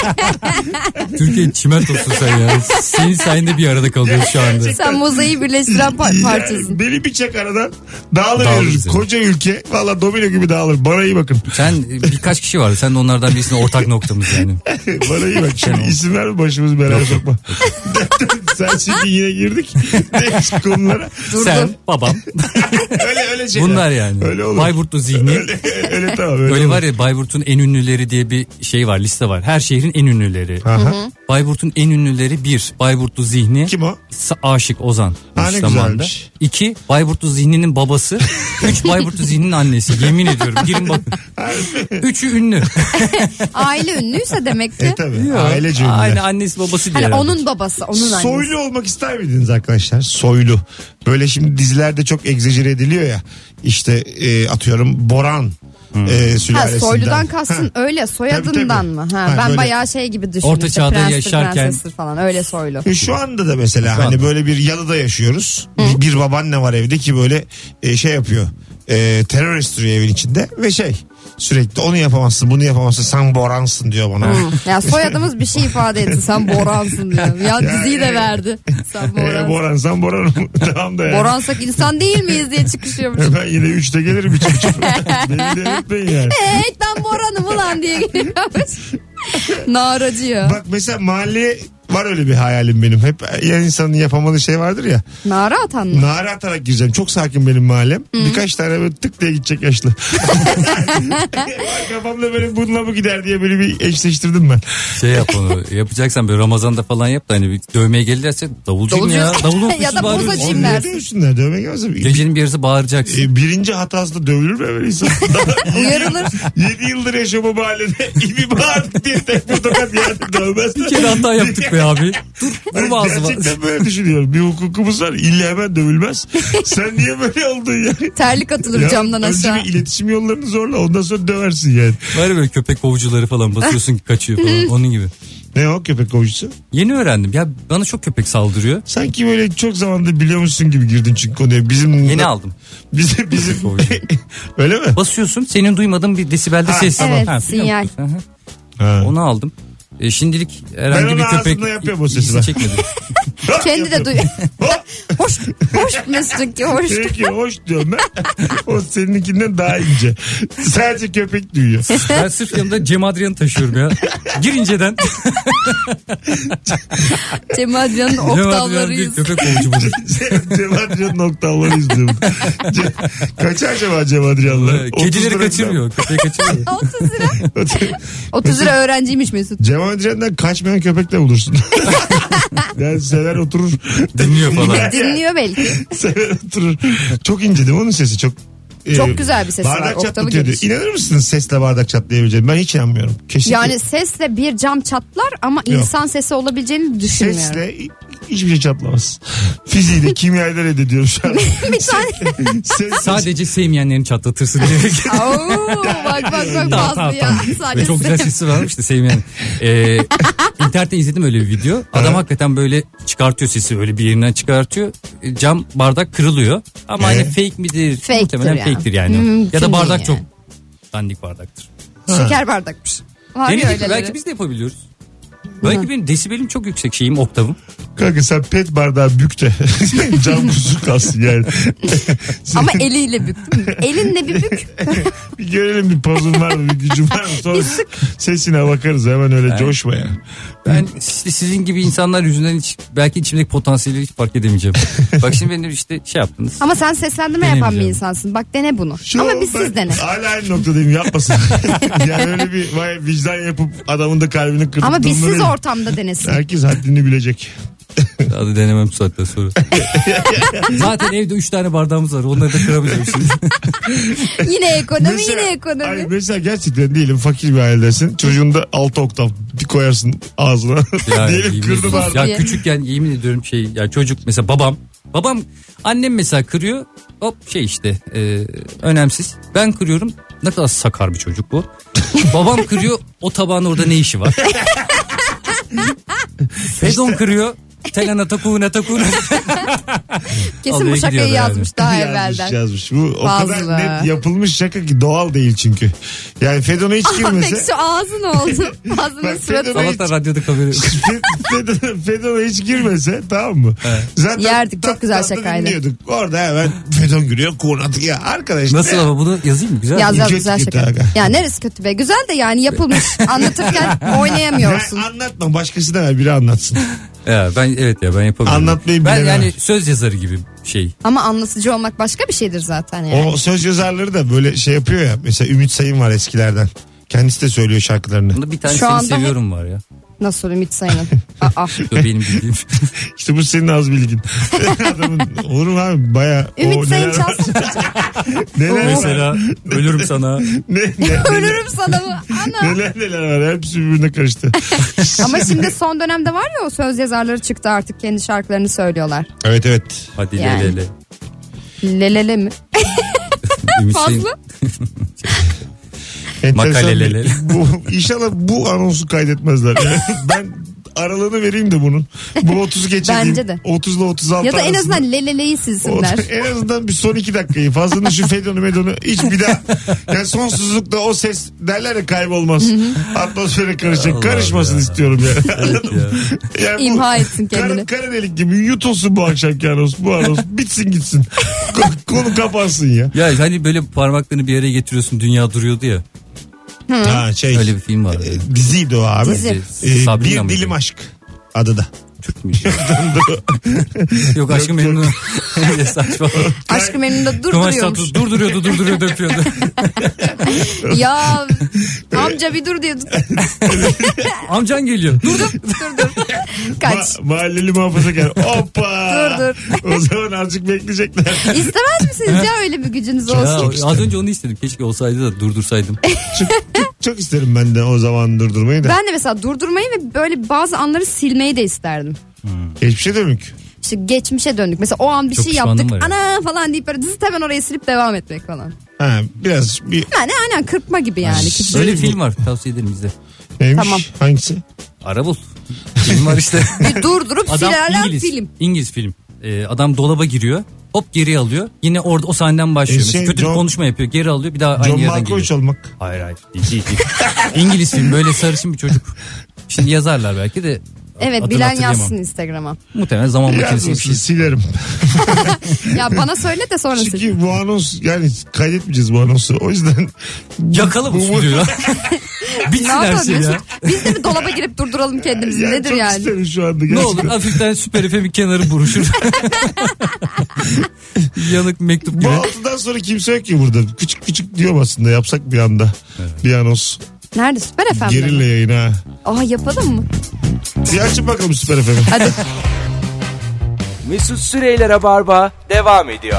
Türkiye çimentosun sen ya. Senin sayende bir arada kalıyoruz şu anda. Sen mozaiği birleştiren par- parçasın. Yani beni bir çek aradan dağılıveririz. Dağılırız. seni. Koca ülke valla domino gibi dağılır. Bana iyi bakın. Sen birkaç kişi var. Sen de onlardan birisine ortak noktamız yani. Bana iyi bak. Şimdi isim verme başımızı belaya sokma. Sen şimdi yine girdik. Değişik konulara. Sen, babam. öyle öyle şeyler. Bunlar yani. Öyle olur. Bayburtlu zihni. Öyle, öyle tamam. Öyle, Öyle olur. var ya, Bayburt'un en ünlüleri diye bir şey var, liste var. Her şehrin en ünlüleri. Aha. Bayburt'un en ünlüleri bir, Bayburtlu zihni. Kim o? Sa- Aşık Ozan. Ha, ne zamanda. güzelmiş. İki, Bayburtlu zihninin babası. Üç, Bayburtlu zihninin annesi. Yemin ediyorum. Girin bakın. Üçü ünlü. Aile ünlüyse demek ki. E tabii. Ailece ünlüler. Aynı annesi babası diye. Hani herhalde. onun babası, onun annesi. Soylu olmak ister miydiniz arkadaşlar? Soylu. Böyle şimdi dizilerde çok egzajere ediliyor ya. İşte e, atıyorum Boran Hmm. e, Ha, sülalesinden. soyludan kastın öyle soyadından Tabii, tabii. mı? Ha, Ha, ben böyle- bayağı şey gibi düşündüm. Orta İşte çağda prenstir, yaşarken- prensestir falan öyle soylu. E, Şu anda da mesela Şu hani anda. böyle bir yalıda yaşıyoruz. Bir, bir babaanne var evde ki böyle e, şey yapıyor. E, terör estiriyor evin içinde ve şey sürekli onu yapamazsın bunu yapamazsın sen Boransın diyor bana. Hı. Ya soyadımız bir şey ifade etti. Sen Boransın diyor. Ya diziyi de verdi. Sen E, Boransın. Boran sen Boran'ım. Tamam da yani. Boransak insan değil miyiz diye çıkışıyormuş. Ben yine üçte gelirim içim içim. Beni de unutmayın yani. Evet ben Boran'ım ulan diye geliyormuş. Naracı ya. Bak mesela mahalleye var öyle bir hayalim benim. Hep ya insanın yapamadığı şey vardır ya. Nara atan mı? Nara atarak gireceğim. Çok sakin benim mahallem. Birkaç tane böyle tık diye gidecek yaşlı. Kafamda böyle bununla mı gider diye böyle bir eşleştirdim ben. Şey yap onu. Yapacaksan böyle Ramazan'da falan yap da hani bir dövmeye gelirlerse davulcuyum ya. Davulcu. Davul Ya da bağırıyorsun. bozacıyım Onu niye dersin. dövsünler? Dövmek gelmezse. Gecenin bir yarısı bağıracaksın. E, birinci hatasında dövülür mü böyle insan? Uyarılır. yedi yıldır yaşıyorum bu mahallede. İbi bağırdık diye tek bir tokat yerde dövmez. Bir kere hata yaptık be abi. Dur, Ben dur ağzıma. gerçekten böyle düşünüyorum. Bir hukukumuz var. İlla hemen dövülmez. Sen niye böyle oldun yani? Terlik atılır Ya, camdan önce aşağı. bir iletişim yollarını zorla. Ondan sonra döversin yani. Var ya böyle köpek kovucuları falan, basıyorsun ki kaçıyor falan, onun gibi. Ne o köpek kovucusu? Yeni öğrendim. Ya bana çok köpek saldırıyor. Sanki böyle çok zamandır biliyormuşsun gibi girdin çünkü konuya. Bizim Yeni aldım. Bizim bizim Kovucu. öyle mi? Basıyorsun, senin duymadığın bir desibelde Ha, ses. evet, Ha, biliyor sinyal. musun? Hı hı. Ha. Onu aldım. E, şimdilik Ben herhangi onu bir köpek ağzımda yapıyorum o sesi ilgisi ben. çekmedi. Kendi de duyuyor. Hop. Hoş, hoş Mesut ki hoş. Peki hoş diyorum ben. O seninkinden daha ince. Sadece köpek duyuyor. Ben sırf yanımda Cem Adrian'ı taşıyorum ya. Gir inceden. Cem Adrian'ın Cem Adrian bir oktavlarıyız. köpek kovucu budur. Cem Adrian'ın noktaları izliyorum. Ce- Kaç acaba Cem Adrian'la? Kedileri kaçırmıyor. Köpeği kaçırmıyor. otuz lira. otuz lira öğrenciymiş Mesut. Cem Adrian'dan kaçmayan köpek de bulursun. Yani sever oturur. Dinliyor falan. Dinliyor belki. Sever oturur. Çok ince değil mi onun sesi? Çok Çok e, güzel bir sesi var, bardak oktavı çatlatıyor diyor. geniş. İnanır mısınız sesle bardak çatlayabileceğini? Ben hiç inanmıyorum. Kesinlikle. Yani sesle bir cam çatlar ama insan sesi olabileceğini düşünmüyorum. Sesle hiçbir şey çatlamaz. Fiziği de kimyayı da reddediyorum şu an. Bir tane. Ses, Sadece sevmeyenlerini çatlatırsın diye. Oo, bak bak bak Tamam, bazı tamam, ya. tamam. Sadece Ve çok güzel ses. sesi varmış da sevmeyen. Ee, internette izledim öyle bir video. Adam Ha. hakikaten böyle çıkartıyor sesi, öyle bir yerinden çıkartıyor. E, Cam bardak kırılıyor. Ama Ee? hani fake midir? Fake'tir Muhtemelen yani. fake'tir yani. Mümkün Ya da bardak değil çok yani. dandik bardaktır. Şeker bardakmış. Var ya Denedik mi? öyleleri. Belki biz de yapabiliyoruz. Belki benim desibelim çok yüksek, şeyim, oktavım. Kanka sen pet bardağı bük de cam kusur kalsın yani. Ama eliyle bük değil mi? Elinle bir bük. Bir görelim bir pozun var mı, bir gücün var mı? Sonra sesine bakarız, hemen öyle Evet. coşma ya. Ben işte sizin gibi insanlar yüzünden hiç, belki içimdeki potansiyeli hiç fark edemeyeceğim. Bak şimdi benim işte şey yaptınız. Ama sen seslendirme yapan bir Denemeyeceğim. insansın. Bak dene bunu. Şu Ama an biz ben siz dene. hala aynı noktadayım, yapmasın. Yani öyle bir vay, vicdan yapıp adamın da kalbini kırıp Ama biz siz durmayın. ortamda denesin. Herkes haddini bilecek. Hadi denemem bu saatten sonra. Zaten evde üç tane bardağımız var. Onları da kıramayacağım şimdi. Yine ekonomi Mesela- yine ekonomi. Ay mesela gerçekten diyelim fakir bir ailedesin. Çocuğun da altı oktav bir koyarsın ağzına. Ya, diyelim yemin kırdı ediyorum. bardağı. Ya küçükken yemin ediyorum şey, ya çocuk mesela babam babam annem mesela kırıyor, hop şey işte e, önemsiz, ben kırıyorum, ne kadar sakar bir çocuk bu. Babam kırıyor, o tabağın orada ne işi var? Fedon kırıyor, Telana takuna takuna. Kesin Alaya bu şakayı gidiyorlar yazmış yani. daha Yazmış, evvelden. yazmış. Bu o Fazla. kadar net yapılmış şaka ki doğal değil çünkü. Yani Fedon'a hiç Tek girmese. şu ağzın oldu. Ağzının Bak, suratı. Fedon'a Allah'tan radyoda kamera. Fedon'a Fedon'a hiç girmese tamam mı? Evet. Zaten Yerdik, çok güzel tatlı şakaydı. dinliyorduk. Orada hemen Fedon giriyor kurnatık ya arkadaş. Nasıl ama bunu yazayım mı? Güzel. Yaz yaz Kötü güzel kötü şaka. aga. Ya neresi kötü be? Güzel de yani yapılmış. Anlatırken oynayamıyorsun. Ha, anlatma başkasına ver biri anlatsın. Ya ben evet ya ben yapamıyorum. Anlatmayı Ben bilemem. yani söz yazarı gibi şey. Ama anlatıcı olmak başka bir şeydir zaten yani. O söz yazarları da böyle şey yapıyor ya. Mesela Ümit Sayın var eskilerden. Kendisi de söylüyor şarkılarını. Bunda bir tane Şu seni anda seviyorum var ya. Nasıl Ümit Sayın'ın? Aa. Yo, benim bildiğim. İşte bu senin az bilgin. Adamın olur mu abi baya. Ümit Sayın çalsın. Neler Mesela ölürüm sana. ne, ne, neler, Ölürüm sana bu. Ana. neler neler var. Hepsi birbirine karıştı. Ama şimdi son dönemde var ya o söz yazarları çıktı artık kendi şarkılarını söylüyorlar. Evet evet. Hadi Yani. lelele. Lelele mi? Ümit Sayın. Fazla. Enteresan Makalelele. bir- Bu, inşallah bu anonsu kaydetmezler. Yani ben aralığını vereyim de bunun. Bu otuzu geçireyim. Bence de. otuz ile otuz altı Ya da en arasında- azından leleleyi O- silsinler. en azından bir son iki dakikayı fazla şu Fedon'u Medon'u hiç bir daha yani sonsuzlukta o ses derler ya kaybolmaz. Atmosfere karışacak. Allah Karışmasın ya. istiyorum yani. Anladın mı? Ya. Yani bu İmha etsin kendini. Kara, kara delik gibi yutulsun bu akşamki anons. Bu anons bitsin gitsin. Ko- Konu kapansın ya. Ya hani böyle parmaklarını bir yere getiriyorsun dünya duruyordu ya. Ha şey. Öyle bir film vardı. e, diziydi o abi. Dizi. E, Sabrina bir mıydı? dilim aşk adı da. Türk müydü? Yok aşkım memnun. Ne saçma. Aşkı Memnun'da Kıvanç durduruyormuş. Tatlıtuğ durduruyordu durduruyordu öpüyordu. Ya amca bir dur diyordu. Amcan geliyor. Dur dur. Dur dur. Kaç. Ma- mahalleli muhafazakar. Hoppa. Dur, dur. O zaman azıcık bekleyecekler. İstemez misiniz ya öyle bir gücünüz Ya, olsun? az önce onu istedim. Keşke olsaydı da durdursaydım. çok, çok, çok isterim ben de o zaman durdurmayı da. Ben de mesela durdurmayı ve böyle bazı anları silmeyi de isterdim. Geçmişe dönük. İşte geçmişe döndük. Mesela o an bir Çok şey pişmanlığım yaptık. var ya. Ana falan deyip böyle zıt hemen oraya silip devam etmek falan. Ha, biraz bir Yani aynen kırpma gibi yani. Küçük. Öyle bir film var. Tavsiye ederim izle. neymiş? Tamam. Hangisi? Ara bul. Film var işte. Bir durdurup Adam silerler İngiliz. film. İngiliz film. Ee, adam dolaba giriyor. Hop geri alıyor. Yine orada o sahneden başlıyor. E, Mesela şey, kötü John- bir konuşma yapıyor. Geri alıyor. Bir daha aynı John yerden Malkovich geliyor. olmak. Hayır hayır. Değil, değil, değil. İngiliz film. Böyle sarışın bir çocuk. Şimdi yazarlar belki de. Evet adını bilen hatırlayamam. yazsın Instagram'a. Muhtemelen zaman makinesi bir Yazmasın, şey. silerim. Ya bana söyle de sonra sil. Çünkü bu anons yani kaydetmeyeceğiz bu anonsu. O yüzden Yakalım bu stüdyoyu. Ne Bitsin her yapalım şey ya. Mesut? Biz de bir dolaba girip durduralım kendimizi. ya Nedir çok yani? isterim şu anda Ne gerçekten. olur hafiften Süper F M'in kenarı buruşur. Yanık mektup Bu gibi. altıdan sonra kimse yok ki burada. Küçük küçük diyorum aslında yapsak bir anda. Bir anons. Nerede? Süper F M'de Gerille mi? yayın ha. Aa yapalım mı? Bir açın bakalım Süper F M'i. Hadi. Mesut Süreyler'e barba devam ediyor.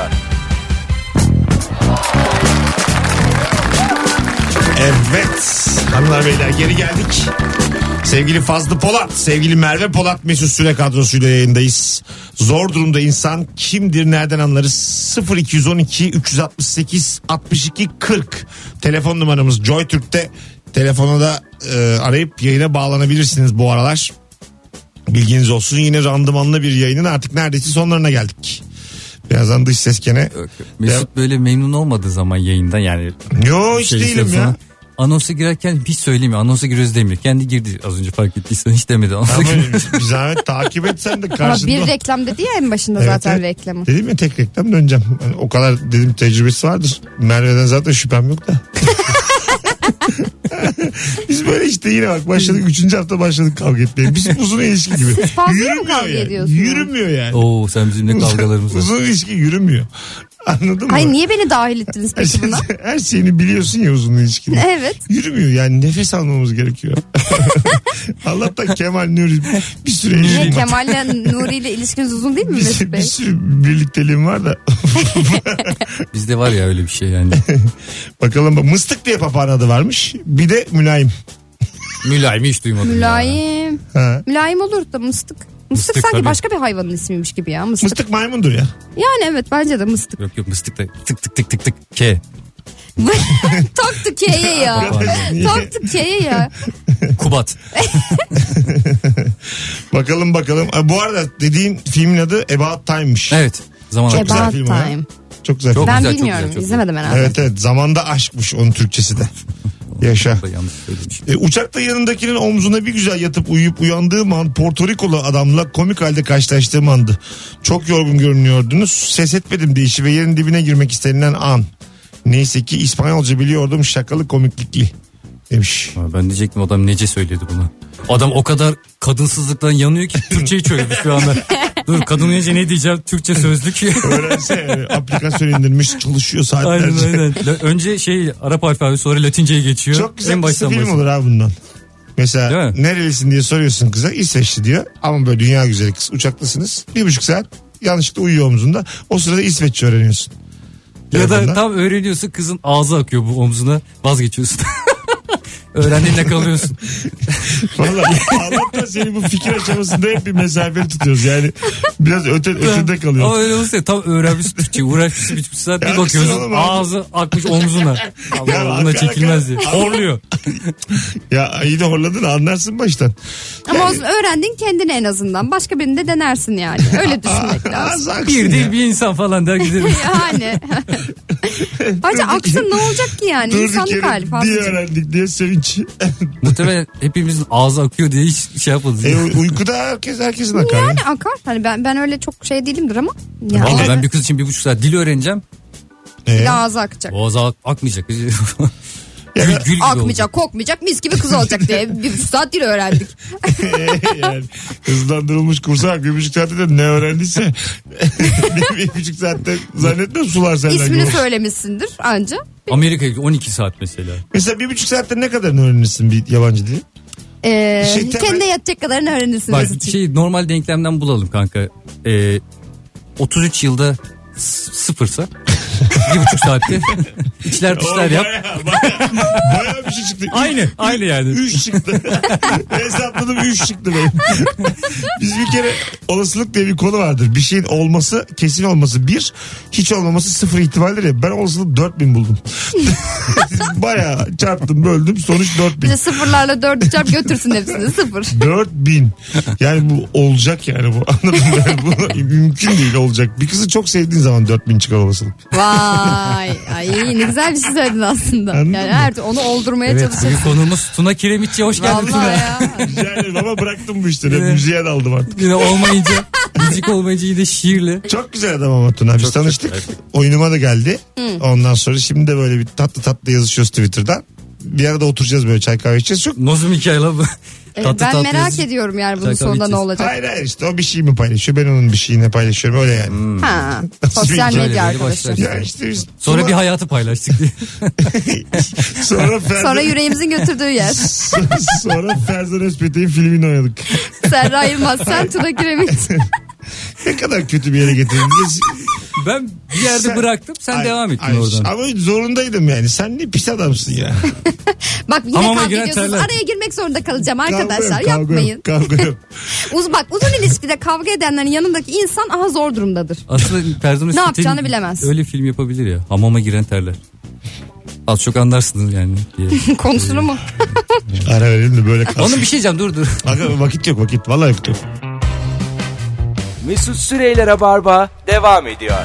Evet. Hanımlar beyler geri geldik. Sevgili Fazlı Polat, sevgili Merve Polat Mesut Süre kadrosuyla yayındayız. Zor durumda insan kimdir, nereden anlarız? sıfır iki on iki üç altı sekiz altmış iki kırk telefon numaramız. Joy Türk'te telefona da e, arayıp yayına bağlanabilirsiniz bu aralar. Bilginiz olsun. Yine randımanlı bir yayının artık neredeyse sonlarına geldik. Birazdan dış ses gene. Mesut böyle memnun olmadığı zaman yayından yani. Yo hiç şey değilim istiyorsa- ya. Anonsa girerken hiç söylemiyor. Anonsa giriyoruz demiyor. Kendi girdi az önce fark ettiysen hiç demedi. Anonsa Ama giriyor. bir zahmet takip etsen de Ama karşında. bir reklam dedi ya en başında Evet, zaten evet. reklamı. Dedim ya tek reklam döneceğim. Yani o kadar dedim tecrübesi vardır. Merve'den zaten şüphem yok da. Biz böyle işte yine bak başladık. Üçüncü hafta başladık kavga etmeye. Biz uzun ilişki gibi. Siz fazla mı Yürümüyor kavga yani. ediyorsunuz? Yürümüyor yani. Oo sen bizimle kavgalarımız var. Uzun ilişki yürümüyor. Anladın Hayır mı? niye beni dahil ettiniz Her, peki buna? her şeyini biliyorsun ya uzun ilişkinin. Evet. Yürümüyor yani nefes almamız gerekiyor. Allah'tan Kemal Nuri bir süre Niye ilişkim var. Kemal'le Nuri ile ilişkiniz uzun değil mi Bir, Mesut bir Bey? sürü birlikteliğim var da. Bizde var ya öyle bir şey yani. Bakalım bak mıstık diye papağan adı varmış. Bir de mülayim. Mülayimi hiç duymadım. ya. Mülayim. Ha. Mülayim olur da mıstık. Mıstık, Mıstık sanki tabii. başka bir hayvanın ismiymiş gibi ya mıstık. Mıstık maymundur ya. Yani evet bence de mıstık. Yok yok mıstık da tık tık tık tık tık K. Toktu K'ye ya. Toktu K'ye ya. Kubat. Bakalım bakalım. Bu arada dediğin filmin adı About Time'mış. Evet. Zaman Çok akışı. güzel About film o ya. Time. Çok güzel. Çok film. Ben güzel, çok bilmiyorum. güzel, çok İzlemedim herhalde. Evet evet. Zamanda aşkmış onun Türkçesi de. Yaşa. Yanlış söylemiş. E, uçakta yanındakinin omzuna bir güzel yatıp uyuyup uyandığım an Porto Rikolu adamla komik halde karşılaştığım andı. Çok yorgun görünüyordunuz. Ses etmedim deyişi ve yerin dibine girmek istenilen an. Neyse ki İspanyolca biliyordum, şakalı komiklikli demiş. Ha, ben diyecektim adam nece söyledi bunu. Adam o kadar kadınsızlıktan yanıyor ki Türkçeyi çözdü şu anda. Dur kadın nece ne diyeceğim Türkçe sözlük. Öğrense yani, aplikasyon indirmiş çalışıyor Aynen saatlerce. aynen. La- Önce şey Arap alfabesi sonra Latinceye geçiyor. Çok güzel En kısa baştan film başlıyor. olur ha bundan. Mesela Değil mi? nerelisin diye soruyorsun kıza, İsveçli diyor. Ama böyle dünya güzeli kız, uçaktasınız. Bir buçuk saat yanlışlıkla uyuyor omzunda. O sırada İsveççe öğreniyorsun. Ya da Telefonda. tam öğreniyorsun kızın ağzı akıyor bu omzuna vazgeçiyorsun. Öğrendiğinde kalıyorsun. Vallahi Allah'tan seni bu fikir aşamasında hep bir mesafeli tutuyoruz. Yani biraz öte, ötede kalıyor. Ama öyle olsa ya, tam öğrenmiş Türkçe uğraşmış bir buçuk saat bir Ya bakıyorsun haklısın oğlum abi. ağzı akmış omzuna. Allah Ya Allah buna akar çekilmez diye. akar. Horluyor. Ya iyi de horladın, anlarsın baştan. Ama o öğrendin kendini en azından. Başka birini de denersin yani. Öyle düşünmek lazım. Az aksın Bir ya. değil bir insan falan der giderim. Yani. Ayrıca aksın ne olacak ki yani? Durduk İnsanlık yere hali diye fazla. öğrendik diye sevinç. Muhtemelen hepimizin ağzı akıyor diye hiç şey yapmadı. e, uykuda herkes herkesin akar. Yani akar. Hani ben ben öyle çok şey değilimdir ama. Yani. Vallahi ben bir kız için bir buçuk saat dil öğreneceğim. E, Bir de ağzı akacak. Boğazı ak- akmayacak. gül, Ya- gül gibi Akmayacak, kokmayacak, mis gibi kız olacak diye bir buçuk saat dil öğrendik. yani hızlandırılmış kursa bak, bir buçuk saatte de ne öğrendiyse bir, bir buçuk saatte zannetmem sular senden. İsmini gibi. söylemişsindir anca. Amerika'ya on iki saat mesela. Mesela bir buçuk saatte ne kadarını öğrenirsin bir yabancı dili? Ee, Şey, temel- kendine yatacak kadarını öğrenirsin. Bak Mesut'cum. şey normal denklemden bulalım kanka. Ee, otuz üç yılda s- sıfırsa bir buçuk saatte içler dışlar O yap. Baya, baya, baya bir şey çıktı. Aynı aynı yani. Üç çıktı. Hesapladım üç çıktı benim. Biz bir kere olasılık diye bir konu vardır. Bir şeyin olması, kesin olması bir, hiç olmaması sıfır ihtimaldir ya. Ben olasılık dört bin buldum. Baya çarptım böldüm, sonuç dört bin. Bir de sıfırlarla dördü çarp götürsün hepsini sıfır. dört bin. Yani bu olacak yani bu. Anladın mı? Yani bu mümkün değil olacak. Bir kızı çok sevdiğin zaman dört bin çıkar olasılık. Vay ay ne güzel bir şey söyledin aslında. Anladın yani mı? her türlü onu oldurmaya Evet çalışacaksın. bugün konuğumuz Tuna Kiremitçi, hoş geldin Tuna. Vallahi ya. Yani ama bıraktım bu işleri. Evet. Müziğe daldım artık. Yine olmayınca müzik olmayınca yine şiirle. Çok güzel adam ama Tuna. Biz Çok tanıştık. çok, evet. Oyunuma da geldi. Ondan sonra şimdi de böyle bir tatlı tatlı yazışıyoruz Twitter'dan. Bir arada oturacağız böyle, çay kahve içeceğiz. Çok Nozum hikayeyle bu. Ee, Tatlı ben tatlı merak yazı- ediyorum yani bunun Çay kahve sonunda ne içeceğiz. olacak. hayır hayır işte o bir şey mi paylaşıyor, ben onun bir şeyini paylaşıyorum, öyle yani. Ha, Nasıl sosyal bir medya hikaye? arkadaşlar. Başlar. Ya işte biz Sonra Tuna- bir hayatı paylaştık diye. sonra Ferzan, Sonra yüreğimizin götürdüğü yer. sonra Ferzan Özpetek'in filmini oynadık. Serra Yılmaz, sen Tuna Kiremit. Ne kadar kötü bir yere getirdin. Biz- Ben bir yerde Sen- bıraktım sen Ay- devam ettin ay- oradan. Ama zorundaydım yani. Sen ne pis adamsın ya. Bak yine Hamama kavga giren ediyorsunuz. terler. Araya girmek zorunda kalacağım Kavga arkadaşlar. yok, kavga Yapmayın. yok, Kavga yok. Uz, bak uzun ilişkide kavga edenlerin yanındaki insan aha zor durumdadır. Aslında Ferzan Özpetek'in yapacağını bilemez. öyle film yapabilir ya. Hamama giren terler. Az çok anlarsınız yani diye. Konusunu mu? Ara verelim de böyle kalsın. Onun bir şey diyeceğim dur dur. Aga, vakit yok vakit. Vallahi vakit yok. Mesut Süreyler'e barba devam ediyor.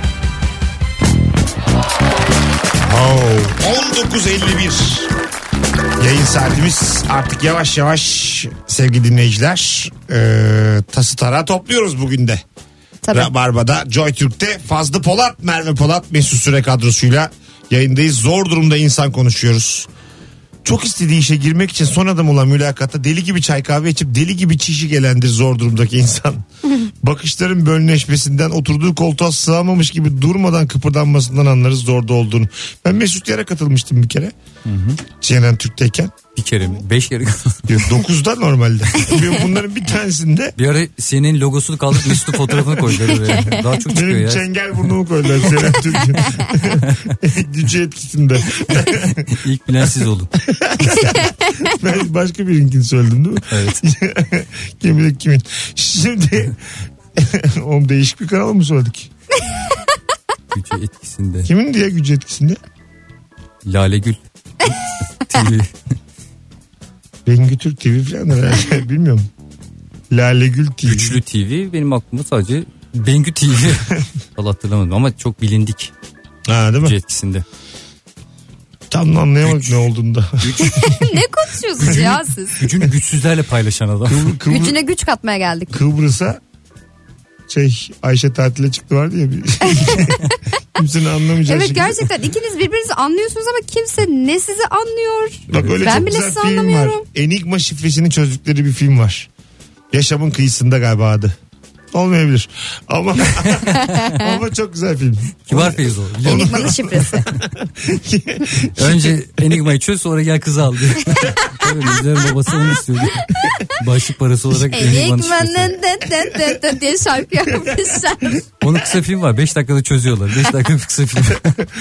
Oh, on dokuz elli bir yayın saatimiz artık yavaş yavaş sevgili dinleyiciler, e, tası tarağı topluyoruz bugün de. Tabii. Rabarba'da Joy Türk'te Fazlı Polat, Merve Polat, Mesut Süre kadrosuyla yayındayız. Zor durumda insan konuşuyoruz. Çok istediği işe girmek için son adım olan mülakatta deli gibi çay kahve içip deli gibi çişi gelendir zor durumdaki insan. Bakışların bölünleşmesinden, oturduğu koltuğa sığamamış gibi durmadan kıpırdanmasından anlarız zorda olduğunu. Ben Mesut Yar'a katılmıştım bir kere. C N N Türk'teyken. Bir kere mi? Beş kere. dokuzda normalde. Bunların bir tanesinde Bir ara senin logosunu kaldırıp Mesut'un fotoğrafını koydular oraya. Daha çok çıkıyor benim ya. çengel burnumu koydular C N N Türk'ün. Gücü etkisinde. İlk bilen siz olun. Ben başka birinkini söyledim değil mi? Evet. Kim bilir kimin. Şimdi oğlum değişik bir kanal mı söyledik? Gücü etkisinde. Kimin diye gücü etkisinde? Lale Gül. T V. Bengi Türk T V falan herhalde bilmiyorum. Lale Gül T V. Güçlü T V benim aklıma sadece Bengü T V. Allah hatırlamadım ama çok bilindik. Ha değil mi? Etkisinde. Tam anlayamadık ne olduğunda. Ne konuşuyorsunuz ya siz? Gücünü güçsüzlerle paylaşan adam. Kıbr- Kıbr- Gücüne güç katmaya geldik. Kıbrıs'a şey Ayşe tatile çıktı vardı ya. Bir... Kimsenin anlamayacağı Evet şekilde. gerçekten ikiniz birbirinizi anlıyorsunuz ama kimse ne sizi anlıyor. Bak öyle Ben çok bile güzel sizi film var. anlamıyorum. Enigma şifresini çözdükleri bir film var. Yaşamın kıyısında galiba adı. Olmayabilir. Ama ama çok güzel film. Kibar Feyzo. Enigma'nın şifresi. Önce Enigma'yı çöz sonra gel kızı al diye. Tabii bizlerin babası onu istiyordu. Başlık parası olarak Enigma'nın şifresi. Enigma'nın den den den den diye şarkı yapmışlar. Onun kısa film var. beş dakikada çözüyorlar. beş dakika bir kısa film.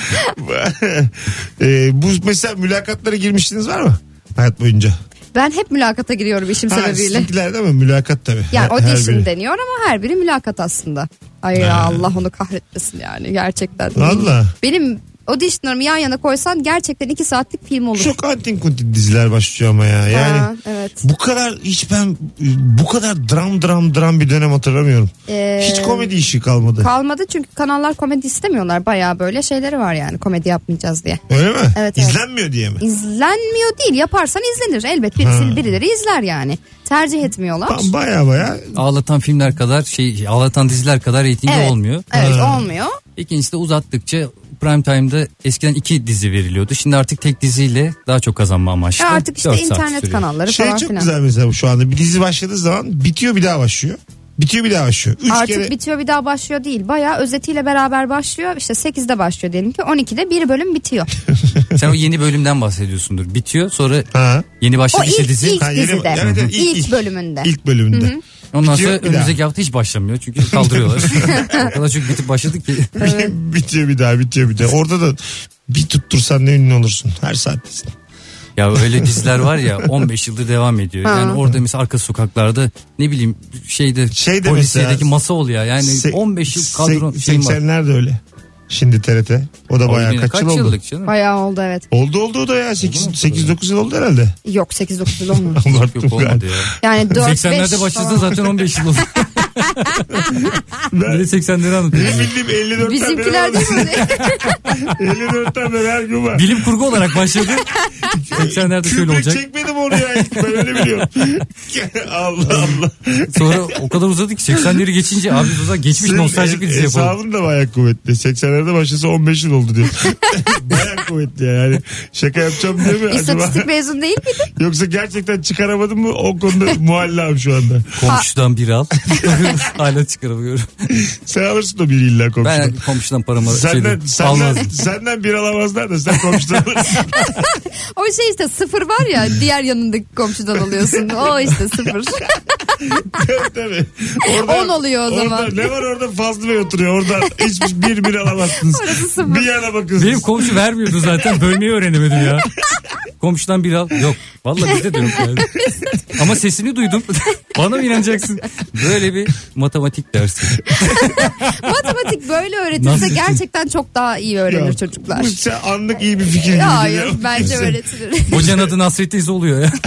ee, bu mesela mülakatlara girmiştiniz var mı? Hayat boyunca. Ben hep mülakata giriyorum işim Ha, sebebiyle. sizinkiler değil mi? Mülakat tabii. Yani Her- her audition biri. deniyor ama her biri mülakat aslında. Ay ya Allah onu kahretmesin yani gerçekten. Valla. Benim auditionlarımı yan yana koysan gerçekten iki saatlik film olur. Çok antin kuntin diziler başlıyor ama ya. Yani Ha, evet. bu kadar hiç ben bu kadar dram dram dram bir dönem hatırlamıyorum. Ee, Hiç komedi işi kalmadı. Kalmadı çünkü kanallar komedi istemiyorlar. Bayağı böyle şeyleri var yani komedi yapmayacağız diye. Öyle mi? Evet, evet. İzlenmiyor diye mi? İzlenmiyor değil, yaparsan izlenir. Elbet birisi, birileri izler yani. Tercih etmiyorlar. Ba- Baya baya. Ağlatan filmler kadar şey ağlatan diziler kadar reytingi Evet. olmuyor. Evet Ha. olmuyor. İkincisi de uzattıkça prime time'da eskiden iki dizi veriliyordu. Şimdi artık tek diziyle daha çok kazanma amaçlı. Ya artık işte dört saat internet sürüyor. kanalları Şey falan çok filan. güzel mesela şu anda bir dizi başladığı zaman bitiyor bir daha başlıyor. Bitiyor bir daha başlıyor. Üç Artık kere. bitiyor bir daha başlıyor değil. Bayağı özetiyle beraber başlıyor. İşte sekizde başlıyor diyelim ki on ikide bir bölüm bitiyor. Sen o yeni bölümden bahsediyorsundur. Bitiyor sonra Ha. yeni O başladıysa ilk, dizi. ilk Ha, yeni- dizide. evet, evet, ilk- ilk, ilk. bölümünde. İlk bölümünde. Ondan Bitiyor, sonra bir daha. önümüzdeki hafta hiç başlamıyor. Çünkü kaldırıyorlar. O kadar çok bitip başladık ki. bitiyor bir daha bitiyor bir daha. Orada da bir tuttursan ne ünlü olursun her saattesin. Ya öyle diziler var ya on beş yıldır devam ediyor. Ha. Yani orada mesela arka sokaklarda ne bileyim şeyde Şeyde polisiyedeki mesela- masa oluyor. Yani Se- on beş yıl kadro se- şeyim var. seksenlerde öyle. Şimdi T R T. O da bayağı Yine kaç, kaç yıl oldu? yıllık canım? Bayağı oldu evet. Oldu oldu o da ya. sekiz dokuz yıl oldu herhalde. Yok sekiz dokuz yıl olmadı. Abarttım Yok olmadı galiba. ya. Yani dört beş seksenlerde başladı falan. zaten on beş yıl oldu. Bir de seksenleri anlatıyor. Benim bildiğim elli dörtten Bizimkiler beri değil mi? elli dörtten beri her gün var. Bilim kurgu olarak başladı. seksenlerde şöyle Kubrick olacak. çekmedim onu ya. Ben öyle biliyorum. Allah Allah. Sonra o kadar uzadı ki seksenleri geçince abi o zaman geçmiş Senin nostaljik bir dizi yapalım. Hesabın da bayağı kuvvetli. seksenlerde başlasa on beş yıl oldu diyor. Bayağı kuvvetli ya. Yani şaka yapacağım diye mi acaba? İstatistik mezun değil miydin? Yoksa gerçekten çıkaramadım mı o konuda muallam şu anda. Komşudan bir al. Hala çıkaramıyorum. Sen alırsın o biri illa komşudan. Ben komşudan paramı Senden, şeyden, senden, almazdım. senden bir alamazlar da sen komşudan alırsın. O şey işte sıfır var ya diğer yanındaki komşudan alıyorsun. O işte sıfır. Tabii, tabii. Orada, On oluyor o zaman. Orada, ne var orada Fazlı Bey oturuyor. Orada hiçbir bir bir alamazsınız. Orası sıfır. Bir yana bakıyorsunuz. Benim komşu vermiyordu zaten. Bölmeyi öğrenemedim ya. Komşudan bir al. Yok. Vallahi bizde de yok yani. Ama sesini duydum. Bana mı inanacaksın? Böyle bir matematik dersi. Matematik böyle öğretilse Nasıl? gerçekten çok daha iyi öğrenir Ya, çocuklar. Bu sen anlık iyi bir fikir gibi. Hayır geliyor. bence öğretilir. Hocanın adı Nasrettin İzi oluyor ya.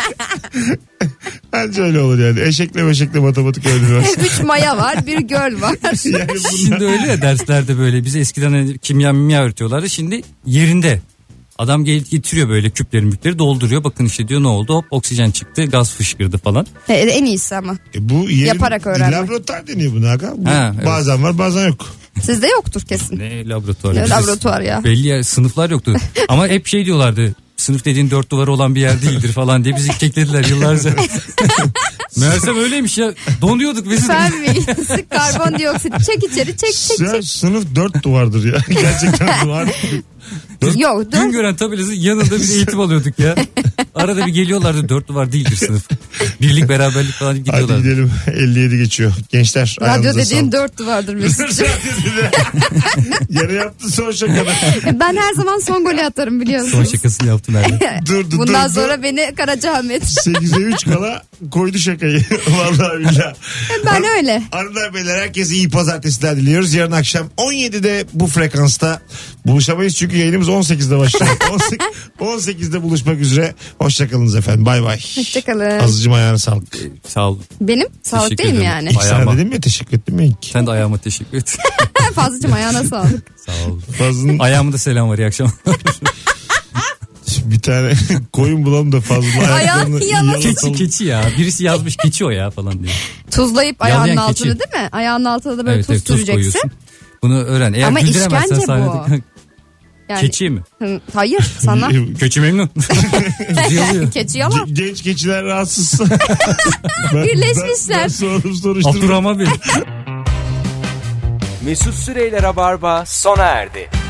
Bence öyle olur yani. Eşekle meşekle matematik öğrenilmez. Üç maya var bir göl var. Yani bunlar... Şimdi öyle ya derslerde böyle. Bize eskiden hani kimya mimya öğretiyorlardı. Şimdi yerinde. Adam gel getiriyor böyle küpleri mükleri dolduruyor. Bakın işte diyor ne oldu? Hop oksijen çıktı. Gaz fışkırdı falan. He, en iyisi ama. E bu yerin, Yaparak öğrenme. Laboratuvar deniyor buna. Aga. Bu Ha, evet. Bazen var bazen yok. Sizde yoktur kesin. Ne laboratuvar. Ne Biz- laboratuvar ya. Belli yer sınıflar yoktu. Ama hep şey diyorlardı. Sınıf dediğin dört duvarı olan bir yer değildir falan diye bizi keklediler yıllarca. Meğersem öyleymiş ya. Donuyorduk biz. Fermi, sık karbondioksit çek içeri çek çek Sen çek. sınıf dört duvardır ya. Gerçekten duvar. Yok Gün dört. gören tabelası yanında bir eğitim alıyorduk ya. Arada bir geliyorlardı dört duvar değildir sınıf. Birlik beraberlik falan deyip Hadi gidiyorlardı. gidelim. elli yedi geçiyor. Gençler Radyo ayağınıza dediğin sağlık. dört duvardır Mesut'cum. Yere yaptın son şakada. Ben her zaman son golü atarım Son biliyorsunuz. şakasını yaptım ben. Dur dur Bundan dur, sonra beni Karacaahmet. sekize üç kala koydu şakayı. Vallahi billahi. Ben öyle. Hanımlar beyler herkese iyi pazartesiler diliyoruz. Yarın akşam on yedide bu frekansta buluşamayız. Çünkü yayınımız on sekizde başlıyor. on sekizde buluşmak üzere. Hoşçakalınız efendim. Bay bay. Hoşçakalın. Azıcık Fazlıcığım ayağına sağlık. Sağ ol. Benim sağlık Teşekkür değil mi ederim. yani? İlk sana Ayağıma. dedim ya, teşekkür ettim ya ilk. Sen de ayağıma teşekkür et. Fazlıcığım ayağına sağlık. Sağ ol. Fazlının Ayağıma da selam var, iyi akşamlar. bir tane koyun bulalım da Fazlının ayaklarını Ayağını yalasın. Keçi yalatalım. keçi ya. Birisi yazmış keçi o ya falan diye. Tuzlayıp Yalayan ayağının keçi. altını değil mi? Ayağının altına da böyle Evet, tuz evet, tuz süreceksin. koyuyorsun. Bunu öğren. Eğer Ama güldüremezsen işkence bu. sahnede... Yani, Keçi mi? Hı, hayır sana. Keçi memnun. Duyuluyor. Keçi yalan. Ge- genç keçiler rahatsız. Ben- Birleşmişler. Ben, ben sorum soruşturdum. Abdurrahman Bey. Mesut Süreyler'e barba sona erdi.